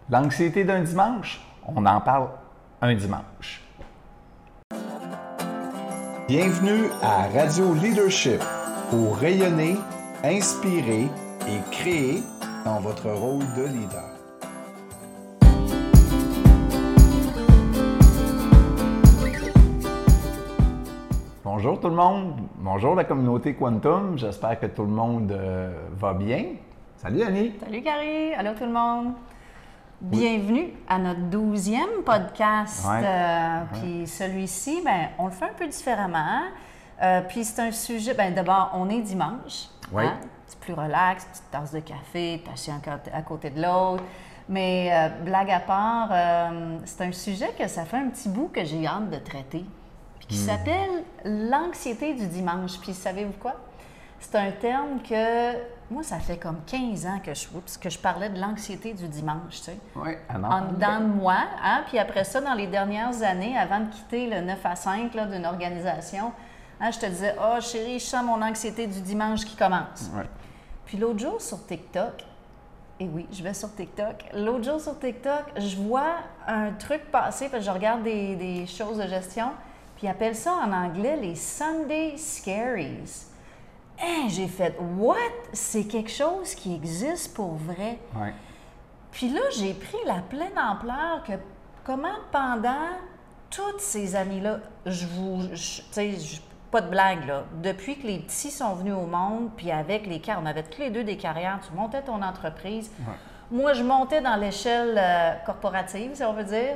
L'anxiété d'un dimanche, on en parle un dimanche. Bienvenue à Radio Leadership pour rayonner, inspirer et créer dans votre rôle de leader. Bonjour tout le monde, bonjour la communauté Quantum, j'espère que tout le monde va bien. Salut Annie! Salut Carrie, allô tout le monde! Bienvenue à notre 12e podcast. Puis celui-ci, on le fait un peu différemment. Puis c'est un sujet, d'abord, on est dimanche. Oui. C'est plus relax, petite tasse de café, t'es assis à côté de l'autre. Mais blague à part, c'est un sujet que ça fait un petit bout que j'ai hâte de traiter. Puis qui s'appelle l'anxiété du dimanche. Puis savez-vous quoi? C'est un terme que, moi, ça fait comme 15 ans que je parlais de l'anxiété du dimanche, tu sais. Oui, en dedans de moi. Hein? Puis après ça, dans les dernières années, avant de quitter le 9 à 5 là, d'une organisation, je te disais, « Oh chérie, je sens mon anxiété du dimanche qui commence. Ouais. » Puis l'autre jour sur TikTok, et oui, je vais sur TikTok, l'autre jour sur TikTok, je vois un truc passer, parce que je regarde des choses de gestion, puis ils appellent ça en anglais les Sunday Scaries. J'ai fait « What? C'est quelque chose qui existe pour vrai? Ouais. » Puis là, j'ai pris la pleine ampleur que comment pendant toutes ces années-là, pas de blague, là, depuis que les petits sont venus au monde, puis avec les carrières, on avait tous les deux des carrières, tu montais ton entreprise. Ouais. Moi, je montais dans l'échelle corporative, si on veut dire.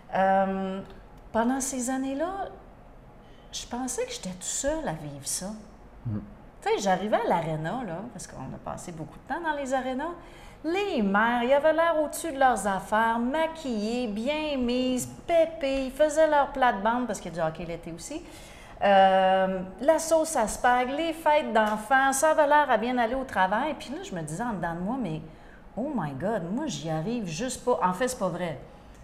Pendant ces années-là, je pensais que j'étais tout seul à vivre ça. Tu sais, j'arrivais à l'aréna, là, parce qu'on a passé beaucoup de temps dans les arénas. Les mères, ils avaient l'air au-dessus de leurs affaires, maquillées, bien mises, pépées, ils faisaient leur plate-bande, parce qu'il y a du hockey l'été aussi. La sauce à spag, les fêtes d'enfants, ça avait l'air à bien aller au travail. Puis là, je me disais en dedans de moi, mais oh my God, moi, j'y arrive juste pas. En fait, c'est pas vrai.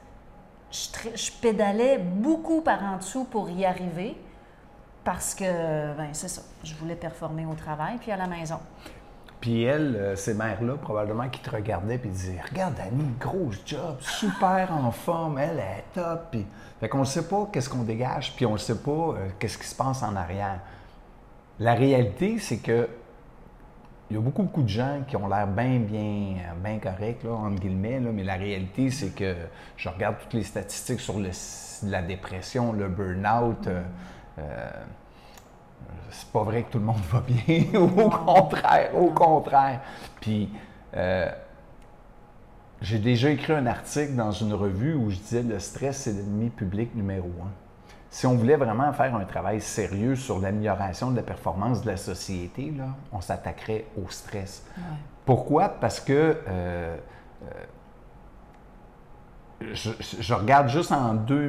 Je pédalais beaucoup par en dessous pour y arriver. Parce que, c'est ça, je voulais performer au travail puis à la maison. Puis elle, ces mères-là, probablement, qui te regardaient puis disaient « Regarde, Annie, gros job, super en forme, elle est top. » Puis, fait qu'on ne sait pas qu'est-ce qu'on dégage, puis on ne sait pas qu'est-ce qui se passe en arrière. La réalité, c'est que il y a beaucoup de gens qui ont l'air bien corrects, là, entre guillemets, là, mais la réalité, c'est que je regarde toutes les statistiques sur la dépression, le burn-out. C'est pas vrai que tout le monde va bien, au contraire. Puis, j'ai déjà écrit un article dans une revue où je disais le stress, c'est l'ennemi public numéro 1. Si on voulait vraiment faire un travail sérieux sur l'amélioration de la performance de la société, là, on s'attaquerait au stress. Ouais. Pourquoi? Parce que je regarde juste en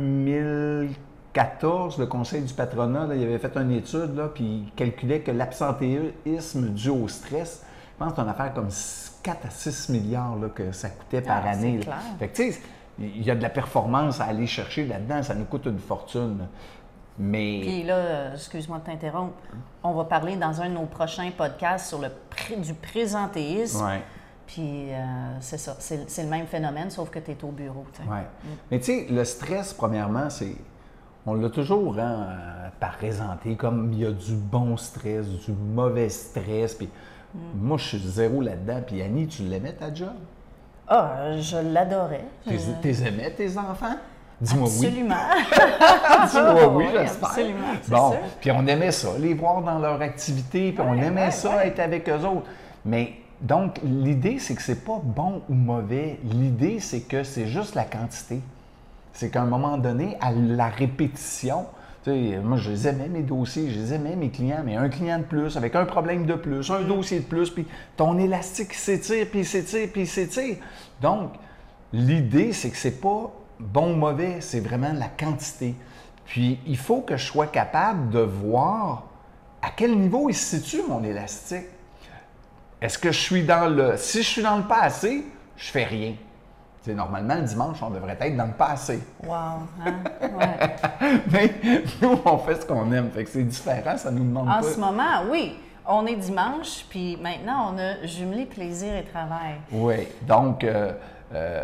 2014, le Conseil du patronat, là, il avait fait une étude, là, puis il calculait que l'absentéisme dû au stress, je pense que c'est une affaire comme 4 à 6 milliards là, que ça coûtait par année. C'est clair. Fait que, tu sais, il y a de la performance à aller chercher là-dedans, ça nous coûte une fortune. Mais... Puis là, excuse-moi de t'interrompre, on va parler dans un de nos prochains podcasts sur du présentéisme. Ouais. Puis c'est ça, c'est le même phénomène, sauf que tu es au bureau. Ouais. Mais tu sais, le stress, premièrement, on l'a toujours présenté comme il y a du bon stress, du mauvais stress. Puis moi, je suis zéro là-dedans. Puis Annie, tu l'aimais ta job? Ah, je l'adorais. T'es aimais tes enfants? Dis-moi absolument. Oui. Dis-moi oui, j'espère. Absolument, c'est bon, sûr. Puis on aimait ça, les voir dans leur activité, puis on aimait ça être avec eux autres. Mais donc, l'idée, c'est que c'est pas bon ou mauvais. L'idée, c'est que c'est juste la quantité. C'est qu'à un moment donné, à la répétition, tu sais, moi, je les aimais, mes dossiers, je les aimais, mes clients, mais un client de plus, avec un problème de plus, un dossier de plus, puis ton élastique s'étire, puis il s'étire, puis il s'étire. Donc, l'idée, c'est que c'est pas bon ou mauvais, c'est vraiment la quantité. Puis, il faut que je sois capable de voir à quel niveau il se situe, mon élastique. Est-ce que je suis dans le... Si je suis dans le passé, je fais rien. T'sais, normalement, le dimanche, on devrait être dans le passé. Wow! Hein? Ouais. Mais nous, on fait ce qu'on aime. Fait que c'est différent, ça nous demande pas... En ce moment, oui. On est dimanche, puis maintenant, on a jumelé plaisir et travail. Oui. Donc,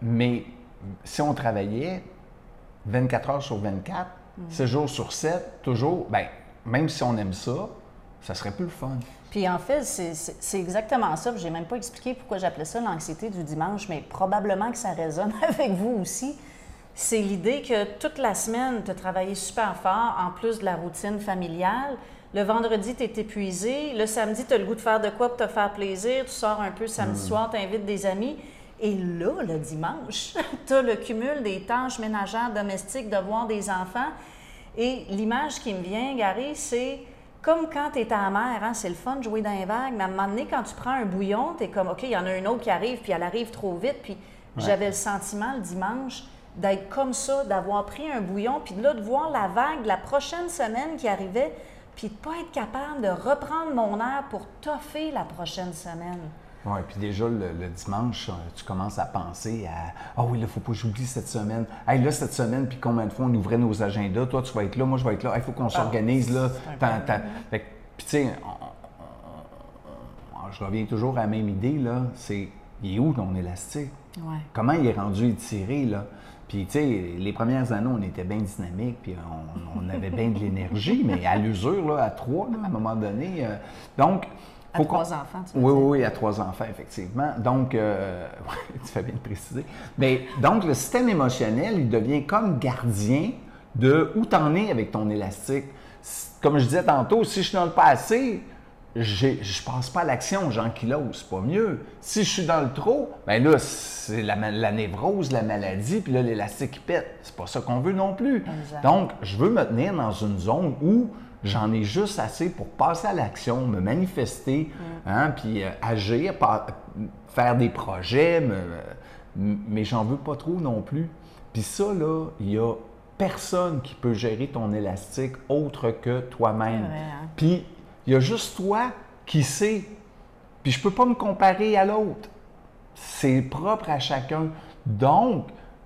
mais si on travaillait 24 heures sur 24, 7 jours sur 7, toujours, bien, même si on aime ça, ça serait plus le fun. Puis en fait, c'est exactement ça. Je n'ai même pas expliqué pourquoi j'appelais ça l'anxiété du dimanche, mais probablement que ça résonne avec vous aussi. C'est l'idée que toute la semaine, tu as travaillé super fort, en plus de la routine familiale. Le vendredi, tu es épuisé. Le samedi, tu as le goût de faire de quoi pour te faire plaisir. Tu sors un peu samedi soir, tu invites des amis. Et là, le dimanche, tu as le cumul des tâches ménagères, domestiques, de voir des enfants. Et l'image qui me vient, Gary, c'est comme quand tu es à la mer, hein, c'est le fun de jouer dans les vagues, mais à un moment donné, quand tu prends un bouillon, tu es comme, OK, il y en a une autre qui arrive, puis elle arrive trop vite. Puis j'avais le sentiment, le dimanche, d'être comme ça, d'avoir pris un bouillon, puis là, de voir la vague de la prochaine semaine qui arrivait, puis de ne pas être capable de reprendre mon air pour toffer la prochaine semaine. Oui, puis déjà, le dimanche, tu commences à penser à « Ah oui, là, il ne faut pas que j'oublie cette semaine. Hey, là, cette semaine, puis combien de fois on ouvrait nos agendas? Toi, tu vas être là, moi, je vais être là. Il faut qu'on s'organise, là. » Puis, tu sais, je reviens toujours à la même idée, là. C'est, il est où ton élastique? Ouais. Comment il est rendu étiré, là? Puis, tu sais, les premières années, on était bien dynamique, puis on avait bien de l'énergie, mais à l'usure, là, à 3, là, à un moment donné. Donc, à 3 enfants, tu veux Oui, dire. oui, à 3 enfants, effectivement. Donc, tu fais bien de préciser. Mais donc, le système émotionnel, il devient comme gardien de où t'en es avec ton élastique. Comme je disais tantôt, si je suis dans le passé, je passe pas à l'action, j'ankylose, c'est pas mieux. Si je suis dans le trop, bien là, c'est la névrose, la maladie, puis là, l'élastique il pète. C'est pas ça qu'on veut non plus. Exact. Donc, je veux me tenir dans une zone où j'en ai juste assez pour passer à l'action, me manifester, hein, puis agir, faire des projets, mais j'en veux pas trop non plus. Puis ça, là, il y a personne qui peut gérer ton élastique autre que toi-même. C'est vrai, hein? Puis il y a juste toi qui sais. Puis je peux pas me comparer à l'autre. C'est propre à chacun. Donc,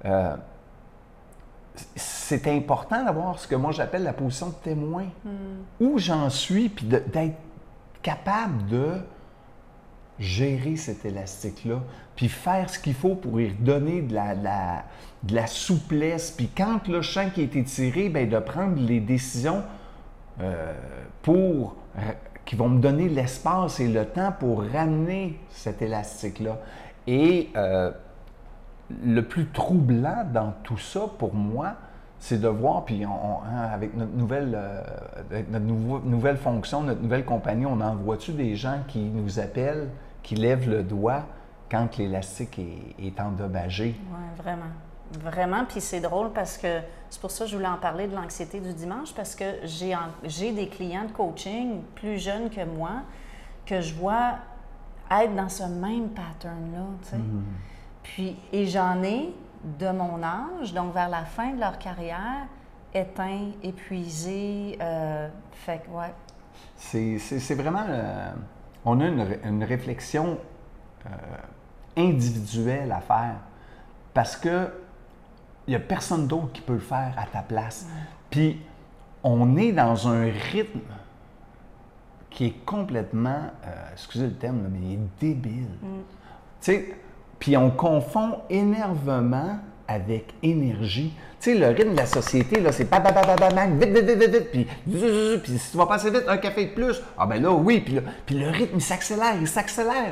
c'est important d'avoir ce que moi j'appelle la position de témoin. Où j'en suis, puis d'être capable de gérer cet élastique-là, puis faire ce qu'il faut pour y redonner de la souplesse. Puis quand le champ qui a été tiré, bien, de prendre les décisions qui vont me donner l'espace et le temps pour ramener cet élastique-là. Et le plus troublant dans tout ça, pour moi, c'est de voir, puis avec notre nouvelle fonction, notre nouvelle compagnie, on envoie-tu des gens qui nous appellent, qui lèvent le doigt quand l'élastique est endommagé? Oui, vraiment. Vraiment, puis c'est drôle parce que c'est pour ça que je voulais en parler de l'anxiété du dimanche, parce que j'ai des clients de coaching plus jeunes que moi que je vois être dans ce même pattern-là, tu sais. Puis, et j'en ai de mon âge, donc vers la fin de leur carrière, éteints, épuisés, fait que, ouais. C'est vraiment... on a une réflexion individuelle à faire parce que il n'y a personne d'autre qui peut le faire à ta place. Puis, on est dans un rythme qui est complètement, excusez le terme, là, mais il est débile. Tu sais, puis on confond énervement avec énergie. Tu sais, le rythme de la société, là, c'est bang, vite, puis si tu vas passer vite, un café de plus, ah ben là, oui, puis le rythme, il s'accélère.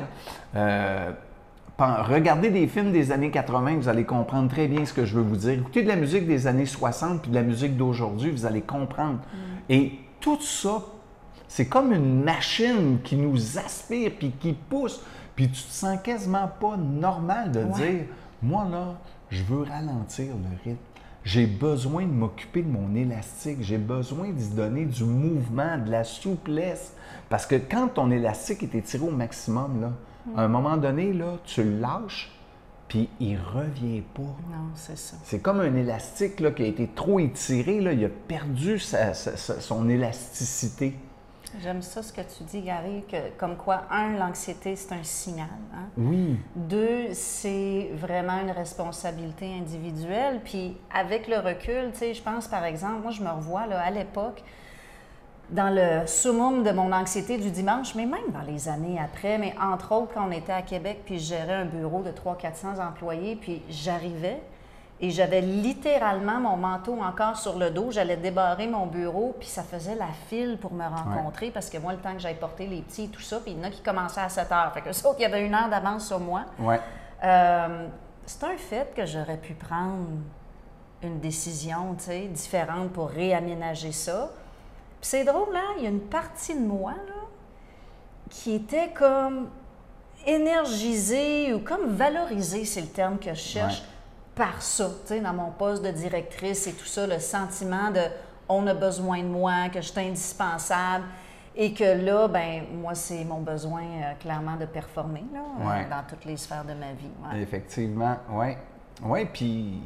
Regardez des films des années 80, vous allez comprendre très bien ce que je veux vous dire. Écoutez de la musique des années 60 puis de la musique d'aujourd'hui, vous allez comprendre. Et tout ça, c'est comme une machine qui nous aspire puis qui pousse. Puis tu te sens quasiment pas normal de dire « Moi, là, je veux ralentir le rythme. J'ai besoin de m'occuper de mon élastique. J'ai besoin d'y donner du mouvement, de la souplesse. » Parce que quand ton élastique est étiré au maximum, là, à un moment donné, là, tu le lâches, puis il revient pas. Non, c'est ça. C'est comme un élastique là, qui a été trop étiré, là, il a perdu son élasticité. J'aime ça ce que tu dis, Gary, que comme quoi, l'anxiété, c'est un signal. Hein? Oui. 2, c'est vraiment une responsabilité individuelle. Puis avec le recul, tu sais, je pense, par exemple, moi, je me revois, là, à l'époque, dans le summum de mon anxiété du dimanche, mais même dans les années après, mais entre autres quand on était à Québec, puis je gérais un bureau de 300-400 employés, puis j'arrivais et j'avais littéralement mon manteau encore sur le dos, j'allais débarrer mon bureau, puis ça faisait la file pour me rencontrer, parce que moi, le temps que j'aille porter les petits et tout ça, puis il y en a qui commençaient à 7 heures, fait que ça, il y avait 1 heure d'avance sur moi. Ouais. C'est un fait que j'aurais pu prendre une décision, tu sais, différente pour réaménager ça. Puis c'est drôle, hein? Il y a une partie de moi, là, qui était comme énergisée ou comme valorisée, c'est le terme que je cherche, par ça, tu sais, dans mon poste de directrice et tout ça, le sentiment de « on a besoin de moi, que je suis indispensable ». Et que là, ben moi, c'est mon besoin clairement de performer là, dans toutes les sphères de ma vie. Ouais. Effectivement, oui. Oui, puis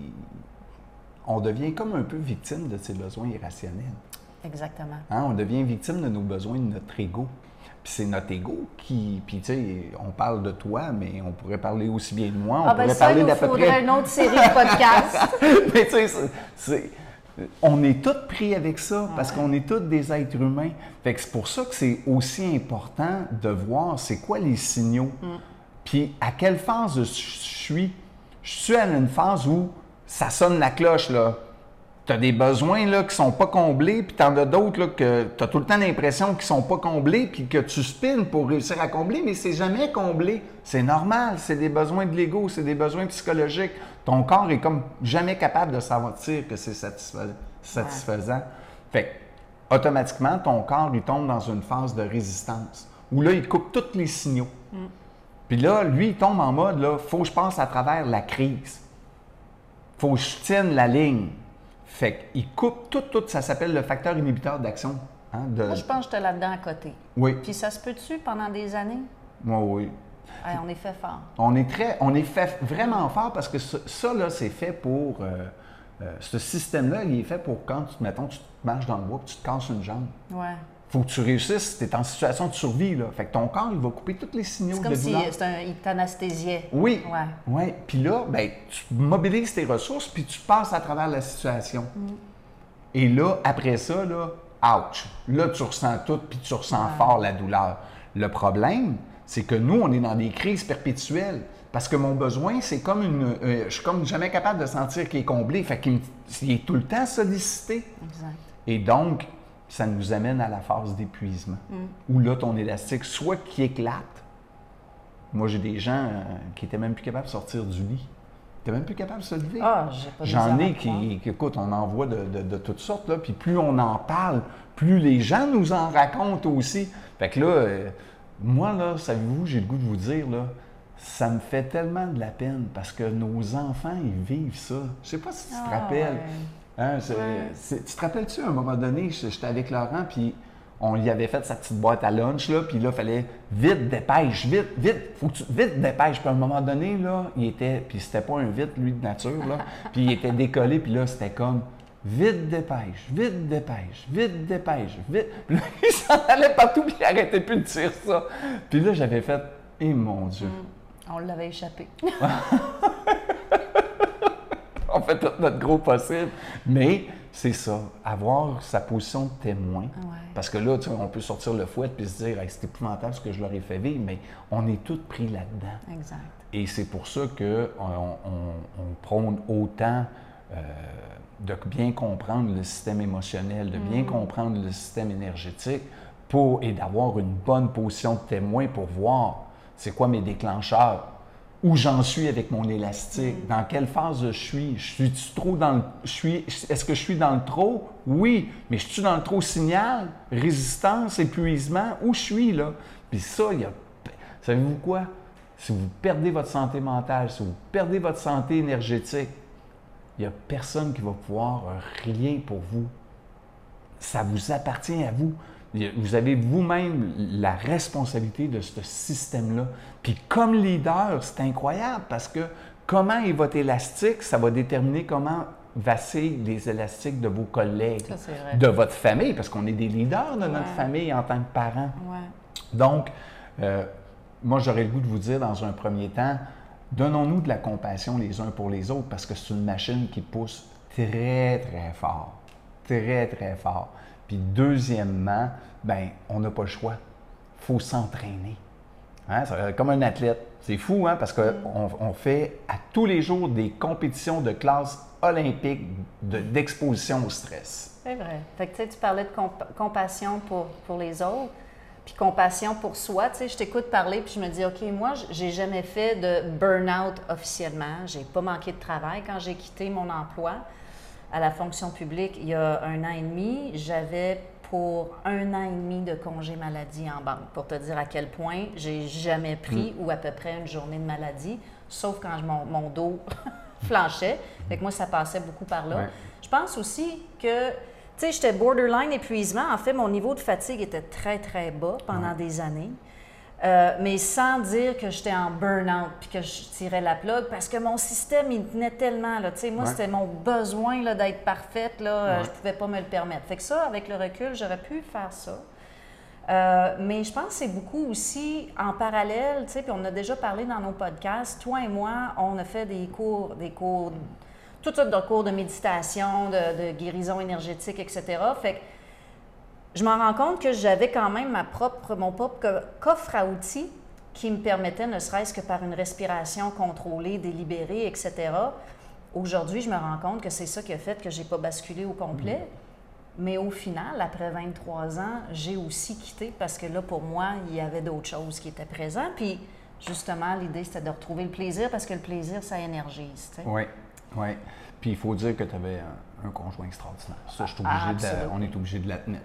on devient comme un peu victime de ces besoins irrationnels. Exactement. Hein? On devient victime de nos besoins, de notre ego. Puis c'est notre ego qui... Puis tu sais, on parle de toi, mais on pourrait parler aussi bien de moi. On pourrait parler d'à peu près... il faudrait une autre série de podcasts. Mais tu sais, on est tous pris avec ça parce qu'on est tous des êtres humains. Fait que c'est pour ça que c'est aussi important de voir c'est quoi les signaux. Puis à quelle phase je suis. Je suis à une phase où ça sonne la cloche, là. Tu as des besoins là, qui ne sont pas comblés, puis tu en as d'autres là, que tu as tout le temps l'impression qu'ils ne sont pas comblés, puis que tu spines pour réussir à combler, mais c'est jamais comblé. C'est normal, c'est des besoins de l'ego, c'est des besoins psychologiques. Ton corps est comme jamais capable de sentir que c'est satisfaisant. Fait que, automatiquement, ton corps, il tombe dans une phase de résistance, où là, il coupe tous les signaux. Puis là, lui, il tombe en mode, là, faut que je passe à travers la crise. Faut que je tienne la ligne. Fait qu'il coupe tout, ça s'appelle le facteur inhibiteur d'action. Hein, Moi, je pense que j'étais là-dedans à côté. Oui. Puis ça se peut-tu pendant des années? Moi, oui. On est fait fort. On est fait vraiment fort parce que ça, là, c'est fait pour... ce système-là, il est fait pour quand, mettons, tu marches dans le bois et tu te casses une jambe. Ouais. Faut que tu réussisses, tu es en situation de survie, là. Fait que ton corps, il va couper tous les signaux de douleur. C'est comme s'il t'anesthésiait. Oui. Ouais. Oui. Puis là, ben, tu mobilises tes ressources, puis tu passes à travers la situation. Et là, après ça, là, ouch! Là, tu ressens tout, puis tu ressens fort la douleur. Le problème, c'est que nous, on est dans des crises perpétuelles. Parce que mon besoin, c'est comme je suis comme jamais capable de sentir qu'il est comblé. Fait qu'il est tout le temps sollicité. Exact. Et donc, ça nous amène à la phase d'épuisement, où là, ton élastique, soit qui éclate. Moi, j'ai des gens qui n'étaient même plus capables de sortir du lit. Ils n'étaient même plus capables de se lever. Ah, j'ai pas J'en ai qui, écoute, on en voit de toutes sortes, là, puis plus on en parle, plus les gens nous en racontent aussi. Fait que là, moi, là, savez-vous, j'ai le goût de vous dire, là, ça me fait tellement de la peine parce que nos enfants, ils vivent ça. Je sais pas si tu te rappelles. Ouais. Hein, tu te rappelles-tu, à un moment donné, j'étais avec Laurent, puis on lui avait fait sa petite boîte à lunch, là, puis là, il fallait vite, dépêche, vite, faut que tu vite dépêche. Puis à un moment donné, là, puis c'était pas un vite, lui, de nature, là, puis il était décollé, puis là, c'était comme vite, dépêche, vite, dépêche, vite, dépêche, vite. Puis là, il s'en allait partout, puis il arrêtait plus de dire ça. Puis là, j'avais fait, eh mon Dieu. On l'avait échappé. On fait tout notre gros possible. Mais c'est ça, avoir sa position de témoin. Parce que là, tu sais, on peut sortir le fouet et se dire hey, c'est épouvantable ce que je leur ai fait vivre, mais on est tous pris là-dedans. Exact. Et c'est pour ça qu'on prône autant de bien comprendre le système émotionnel, de bien comprendre le système énergétique et d'avoir une bonne position de témoin pour voir c'est quoi mes déclencheurs. Où j'en suis avec mon élastique, dans quelle phase je suis. Est-ce que je suis dans le trop? Oui, mais je suis dans le trop signal, résistance, épuisement, où je suis là? Puis ça, savez-vous quoi? Si vous perdez votre santé mentale, si vous perdez votre santé énergétique, il n'y a personne qui va pouvoir rien pour vous. Ça vous appartient à vous. Vous avez vous-même la responsabilité de ce système-là. Puis comme leader, c'est incroyable parce que comment est votre élastique, ça va déterminer comment vacillent les élastiques de vos collègues, de votre famille, parce qu'on est des leaders de notre famille en tant que parents. Donc, moi, j'aurais le goût de vous dire dans un premier temps, donnons-nous de la compassion les uns pour les autres parce que c'est une machine qui pousse très, très fort. Très, très fort. Puis deuxièmement, ben on n'a pas le choix. Il faut s'entraîner. Hein? Comme un athlète. C'est fou, hein? Parce qu'on fait à tous les jours des compétitions de classe olympique d'exposition au stress. C'est vrai. Fait que, tu parlais de compassion pour les autres, puis compassion pour soi. Tu sais, je t'écoute parler, puis je me dis, OK, moi, j'ai jamais fait de burn-out officiellement. J'ai pas manqué de travail quand j'ai quitté mon emploi à la fonction publique il y a 1 an et demi. J'avais pour 1 an et demi de congé maladie en banque, pour te dire à quel point j'ai jamais pris ou à peu près une journée de maladie, sauf quand mon dos flanchait. Fait que moi, ça passait beaucoup par là. Ouais. Je pense aussi que, tu sais, j'étais borderline épuisement. En fait, mon niveau de fatigue était très, très bas pendant des années. Mais sans dire que j'étais en burn-out puis que je tirais la plug, parce que mon système, il tenait tellement. Là, tu sais, moi, c'était mon besoin là, d'être parfaite. Là, je pouvais pas me le permettre. Fait que ça, avec le recul, j'aurais pu faire ça. Mais je pense que c'est beaucoup aussi en parallèle, tu sais, puis on a déjà parlé dans nos podcasts, toi et moi, on a fait des cours, toutes sortes de cours de méditation, de guérison énergétique, etc. Fait que je m'en rends compte que j'avais quand même mon propre coffre à outils qui me permettait, ne serait-ce que par une respiration contrôlée, délibérée, etc. Aujourd'hui, je me rends compte que c'est ça qui a fait que je n'ai pas basculé au complet. Mais au final, après 23 ans, j'ai aussi quitté parce que là, pour moi, il y avait d'autres choses qui étaient présentes. Puis, justement, l'idée, c'était de retrouver le plaisir parce que le plaisir, ça énergise. Tu sais. Oui, oui. Puis, il faut dire que tu avais un conjoint extraordinaire. Ça, on est obligé de l'admettre.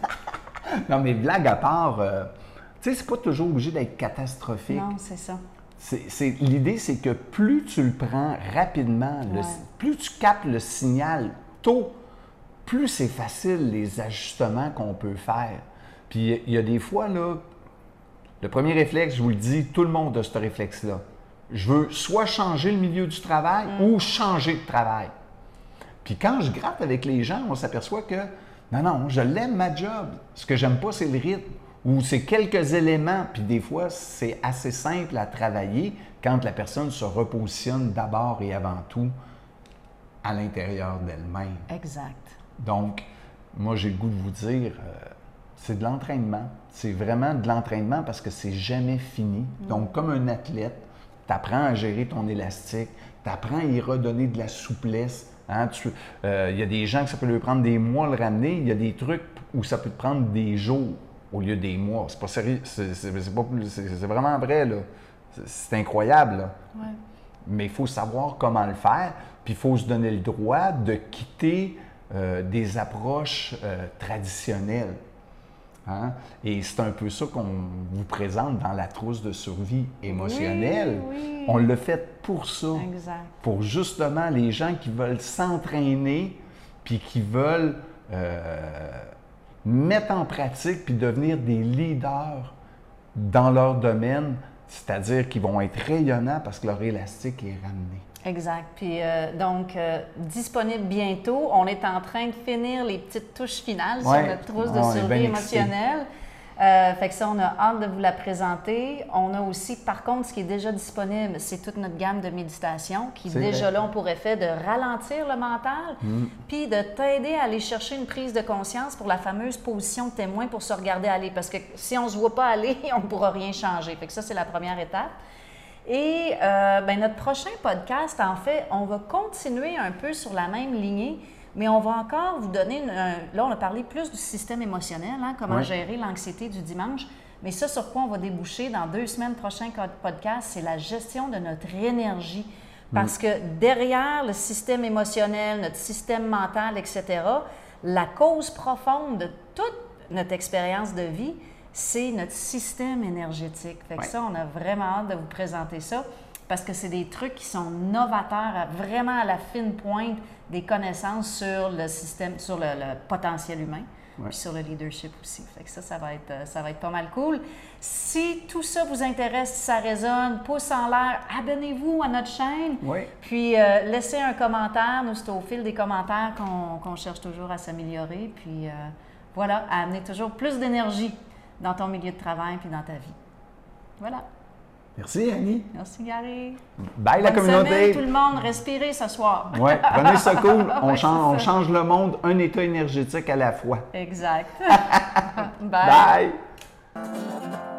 Non, mais blague à part, tu sais, c'est pas toujours obligé d'être catastrophique. Non, c'est ça. L'idée, c'est que plus tu le prends rapidement, plus tu captes le signal tôt, plus c'est facile les ajustements qu'on peut faire. Puis il y a des fois, là, le premier réflexe, je vous le dis, tout le monde a ce réflexe-là. Je veux soit changer le milieu du travail ou changer de travail. Puis quand je gratte avec les gens, on s'aperçoit que non, je l'aime ma job. Ce que j'aime pas, c'est le rythme ou c'est quelques éléments. Puis des fois, c'est assez simple à travailler quand la personne se repositionne d'abord et avant tout à l'intérieur d'elle-même. Exact. Donc, moi, j'ai le goût de vous dire, c'est de l'entraînement. C'est vraiment de l'entraînement parce que c'est jamais fini. Donc, comme un athlète, tu apprends à gérer ton élastique, tu apprends à y redonner de la souplesse. Hein? Y a des gens que ça peut leur prendre des mois à le ramener. Il y a des trucs où ça peut te prendre des jours au lieu des mois. C'est pas sérieux. C'est vraiment vrai, là. C'est incroyable, là. Ouais. Mais il faut savoir comment le faire, puis il faut se donner le droit de quitter des approches traditionnelles. Hein? Et c'est un peu ça qu'on vous présente dans la trousse de survie émotionnelle. Oui. On l'a fait pour ça. Exact. Pour justement les gens qui veulent s'entraîner puis qui veulent mettre en pratique puis devenir des leaders dans leur domaine, c'est-à-dire qu'ils vont être rayonnants parce que leur élastique est ramené. Exact. Puis donc, disponible bientôt. On est en train de finir les petites touches finales sur notre trousse de survie émotionnelle. Fait que ça, on a hâte de vous la présenter. On a aussi, par contre, ce qui est déjà disponible, c'est toute notre gamme de méditation qui, déjà là, on pourrait faire de ralentir le mental, puis de t'aider à aller chercher une prise de conscience pour la fameuse position de témoin pour se regarder aller. Parce que si on ne se voit pas aller, on ne pourra rien changer. Fait que ça, c'est la première étape. Et notre prochain podcast, en fait, on va continuer un peu sur la même lignée, mais on va encore vous donner, là on a parlé plus du système émotionnel, hein, comment gérer l'anxiété du dimanche, mais ça sur quoi on va déboucher dans 2 semaines prochain podcast, c'est la gestion de notre énergie. Parce que derrière le système émotionnel, notre système mental, etc., la cause profonde de toute notre expérience de vie, c'est notre système énergétique. Fait que ça, on a vraiment hâte de vous présenter ça parce que c'est des trucs qui sont novateurs, vraiment à la fine pointe des connaissances sur le système, sur le potentiel humain, puis sur le leadership aussi. Fait que ça va être pas mal cool. Si tout ça vous intéresse, si ça résonne, pouce en l'air, abonnez-vous à notre chaîne. Puis laissez un commentaire. Nous, c'est au fil des commentaires qu'on cherche toujours à s'améliorer. Puis voilà, à amener toujours plus d'énergie dans ton milieu de travail puis dans ta vie. Voilà. Merci, Annie. Merci, Gary. Bye, la Bonne communauté. semaine, tout le monde. Respirez ce soir. Oui, prenez ça cool. On, Ouais, on c'est ça. change le monde un état énergétique à la fois. Exact. Bye.